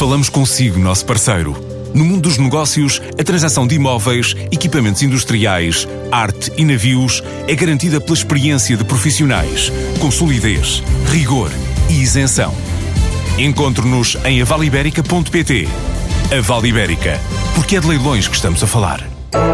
Falamos consigo, nosso parceiro. No mundo dos negócios, a transação de imóveis, equipamentos industriais, arte e navios é garantida pela experiência de profissionais, com solidez, rigor e isenção. Encontre-nos em avaliberica.pt. A Vale Ibérica, porque é de leilões que estamos a falar.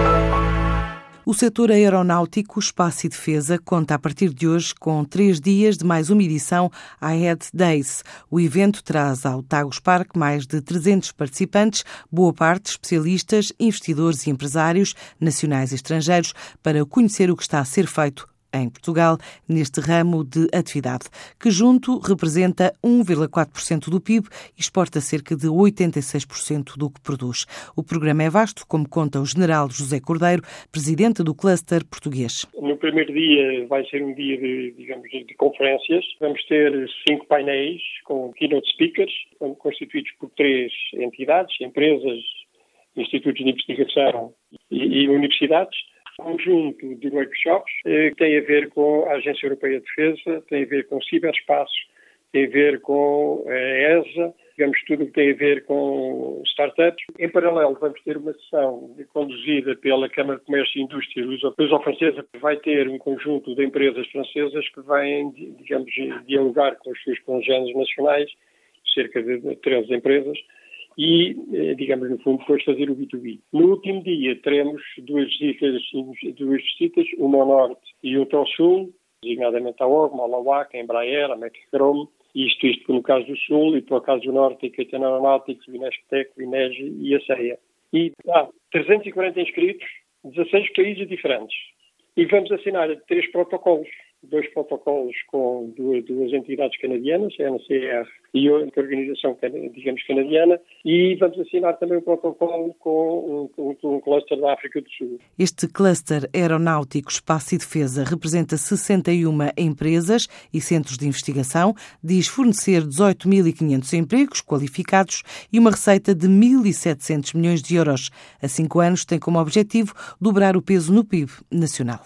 O setor aeronáutico, espaço e defesa conta a partir de hoje com 3 dias de mais uma edição à Ahead Days. O evento traz ao Tagus Park mais de 300 participantes, boa parte especialistas, investidores e empresários nacionais e estrangeiros, para conhecer o que está a ser feito em Portugal, neste ramo de atividade, que junto representa 1,4% do PIB e exporta cerca de 86% do que produz. O programa é vasto, como conta o general José Cordeiro, presidente do cluster português. No primeiro dia vai ser um dia de conferências. Vamos ter 5 painéis com keynote speakers, constituídos por 3 entidades, empresas, institutos de investigação e universidades. Conjunto de workshops que tem a ver com a Agência Europeia de Defesa, tem a ver com ciberespaço, tem a ver com a ESA, digamos, tudo o que tem a ver com startups. Em paralelo, vamos ter uma sessão conduzida pela Câmara de Comércio e Indústria luso-francesa, que vai ter um conjunto de empresas francesas que vêm, digamos, dialogar com os seus congêneres nacionais, cerca de 13 empresas, e, digamos, no fundo, depois fazer o B2B. No último dia teremos 2 visitas, uma ao norte e outra ao sul, designadamente a OGMA, a LAWAC, a Embraer, a Mecachrome, isto no caso do sul, e para o caso do norte, a Caetano Aeronautics, o Inesctec, o INEGI e a CEA. E há 340 inscritos, 16 países diferentes. E vamos assinar 3 protocolos. 2 protocolos com duas entidades canadianas, a NCR e outra organização, digamos, canadiana, e vamos assinar também um protocolo com um cluster da África do Sul. Este cluster aeronáutico, espaço e defesa representa 61 empresas e centros de investigação, diz fornecer 18.500 empregos qualificados e uma receita de 1.700 milhões de euros. A 5 anos tem como objetivo dobrar o peso no PIB nacional.